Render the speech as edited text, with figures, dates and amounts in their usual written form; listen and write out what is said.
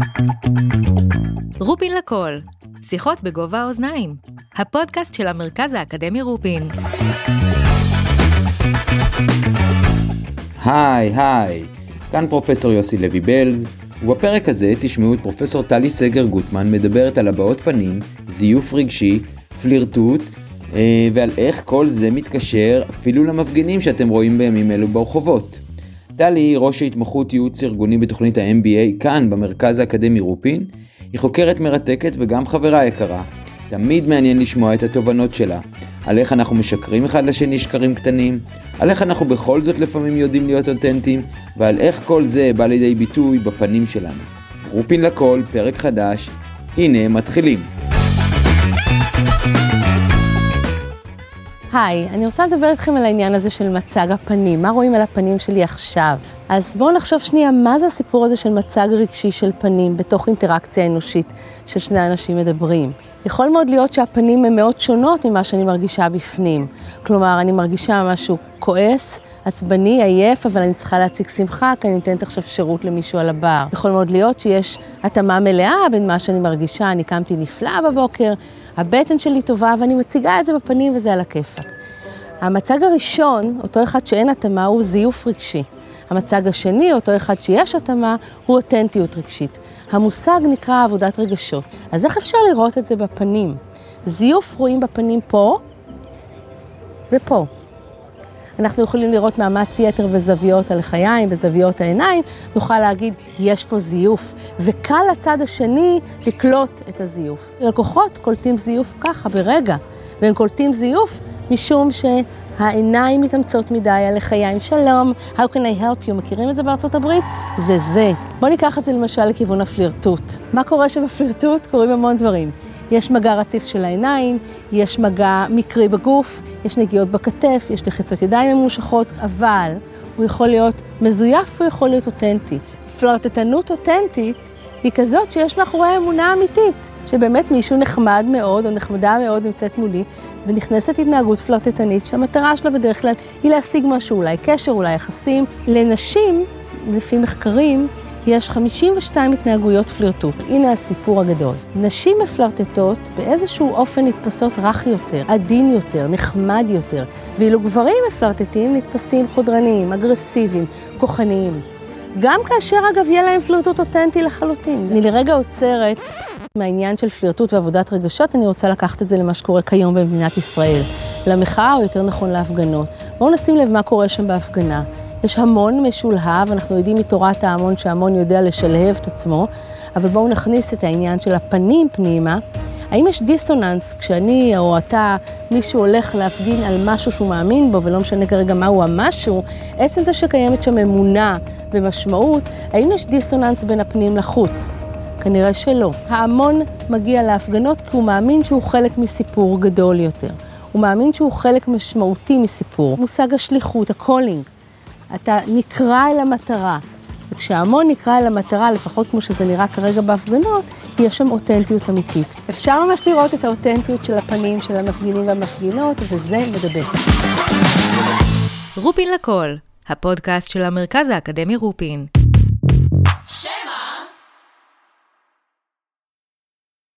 רופין לכל, שיחות בגובה האוזניים, הפודקאסט של המרכז האקדמי רופין. היי, כאן פרופסור יוסי לוי בלז, ובפרק הזה תשמעו את פרופסור טלי סגר גוטמן מדברת על הבעות פנים, זיוף רגשי, פלירטוט, ועל איך כל זה מתקשר אפילו למפגינים שאתם רואים בימים אלו ברחובות. טלי היא ראש ההתמחות ייעוץ ארגוני בתוכנית ה-MBA כאן במרכז האקדמי רופין. היא חוקרת מרתקת וגם חברה יקרה. תמיד מעניין לשמוע את התובנות שלה. על איך אנחנו משקרים אחד לשני שקרים קטנים, על איך אנחנו בכל זאת לפעמים יודעים להיות אותנטיים, ועל איך כל זה בא לידי ביטוי בפנים שלנו. רופין לכל, פרק חדש. הנה מתחילים. היי, אני רוצה לדבר איתכם על העניין הזה של מצג הפנים. מה רואים על הפנים שלי עכשיו? אז בואו נחשוב שנייה, מה זה הסיפור הזה של מצג רגשי של פנים בתוך אינטראקציה אנושית של שני אנשים מדברים? יכול מאוד להיות שהפנים הן מאוד שונות ממה שאני מרגישה בפנים. כלומר, אני מרגישה משהו כועס, עצבני, עייף, אבל אני צריכה להציג שמחה, כי אני נותנת עכשיו שירות למישהו על הבר. יכול מאוד להיות שיש התאמה מלאה בין מה שאני מרגישה, אני קמתי נפלאה בבוקר, הבטן שלי טובה, ואני מציגה את זה בפנים וזה על הכיף. המצג הראשון, אותו אחד שאין התאמה, הוא זיוף רגשי. המצג השני, אותו אחד שיש התאמה, הוא אותנטיות רגשית. המושג נקרא עבודת רגשות. אז איך אפשר לראות את זה בפנים? זיוף רואים בפנים פה ופה. אנחנו יכולים לראות מאמץ יתר וזוויות על החיים, וזוויות העיניים, נוכל להגיד, יש פה זיוף. וקל לצד השני לקלוט את הזיוף. לקוחות קולטים זיוף ככה, ברגע. והם קולטים זיוף משום שהעיניים מתאמצות מדי על החיים. שלום, how can I help you? מכירים את זה בארצות הברית? זה. בואו ניקח את זה למשל לכיוון הפלירטוט. מה קורה שבפלירטוט? קורים המון דברים. יש מגע רציף של העיניים, יש מגע מקרי בגוף, יש נגיעות בכתף, יש לחיצות ידיים ממושכות, אבל הוא יכול להיות מזויף, הוא יכול להיות אותנטי. פלרטטנות אותנטית היא כזאת שיש מאחורי אמונה אמיתית, שבאמת מישהו נחמד מאוד או נחמדה מאוד נמצאת מולי, ונכנסת התנהגות פלרטטנית שהמטרה שלה בדרך כלל היא להשיג משהו, אולי קשר, אולי יחסים. לנשים, לפי מחקרים, יש 52 התנהגויות פלירטוט. הנה הסיפור הגדול. נשים מפלרטטות באיזשהו אופן נתפסות רך יותר, עדין יותר, נחמד יותר. ואילו גברים מפלרטטים נתפסים חודרניים, אגרסיביים, כוחניים. גם כאשר אגב יהיה להם פלירטוט אותנטי לחלוטין. אני לרגע עוצרת מהעניין של פלירטוט ועבודת רגשות, אני רוצה לקחת את זה למה שקורה כיום במדינת ישראל. למחאה או יותר נכון להפגנות. בואו נשים לב מה קורה שם בהפגנה. יש המון משולהב, אנחנו יודעים מתורת ההמון שההמון יודע לשלהב את עצמו, אבל בואו נכניס את העניין של הפנים פנימה. האם יש דיסוננס כשאני או אתה, מישהו הולך להפגין על משהו שהוא מאמין בו, ולא משנה כרגע מהו המשהו, עצם זה שקיימת שם אמונה ומשמעות, האם יש דיסוננס בין הפנים לחוץ? כנראה שלא. ההמון מגיע להפגנות כי הוא מאמין שהוא חלק מסיפור גדול יותר. הוא מאמין שהוא חלק משמעותי מסיפור. מושג השליחות, הקולינג. אתה נקרא אל המטרה, וכשהמון נקרא אל המטרה, לפחות כמו שזה נראה כרגע בהפגנות, יש שם אותנטיות אמיתית. אפשר ממש לראות את האותנטיות של הפנים של המפגינים והמפגינות, וזה מדבר. רופין לכל, הפודקאסט של המרכז האקדמי רופין.